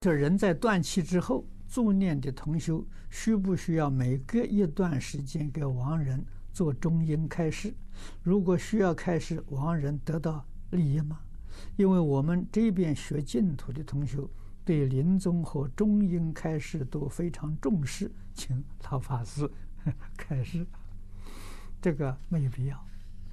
这人在断气之后，助念的同修需不需要每隔一段时间给亡人做中阴开示？如果需要开示，亡人得到利益吗？因为我们这边学净土的同修对临终和中阴开示都非常重视，请老法师开示。这个没有必要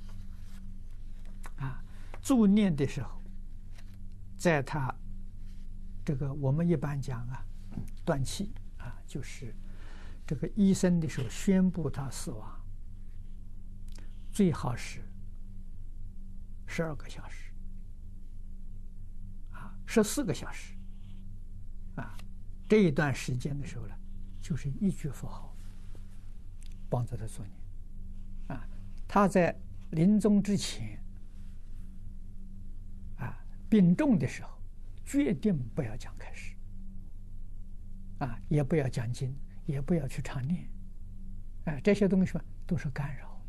啊。助念的时候，在他这个我们一般讲啊，断气啊，就是这个医生的时候宣布他死亡，最好是12个小时啊，14个小时啊，这一段时间的时候呢，就是一句佛号帮助他助念啊。他在临终之前啊，病重的时候，决定不要讲开示啊，也不要讲经，也不要去常念，这些东西嘛都是干扰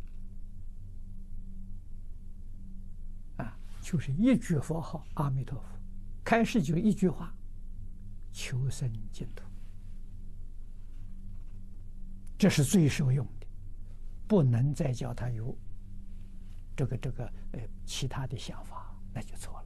啊，就是一句佛号阿弥陀佛，开示就一句话，求生净土，这是最受用的，不能再叫他有其他的想法，那就错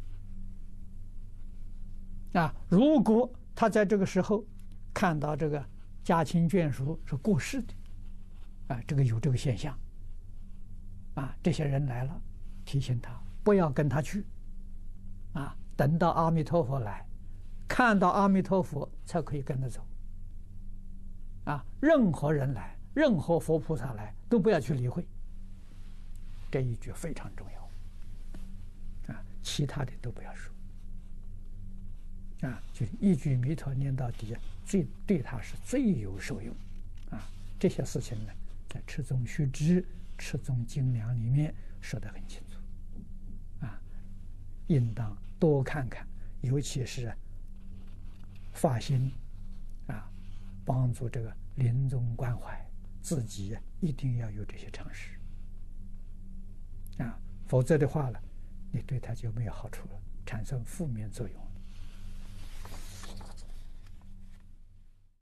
了啊。如果他在这个时候看到这个家亲眷属是过世的啊，有这个现象啊，这些人来了，提醒他不要跟他去啊，等到阿弥陀佛来，看到阿弥陀佛才可以跟他走啊。任何人来，任何佛菩萨来，都不要去理会，这一句非常重要啊，其他的都不要说啊，就是一句弥陀念到底，对他是最有受用啊。这些事情呢，在《持宗须知》《持宗精良》里面说得很清楚啊，应当多看看，尤其是发心啊，帮助这个临终关怀，自己一定要有这些常识啊，否则的话呢，你对他就没有好处了，产生负面作用。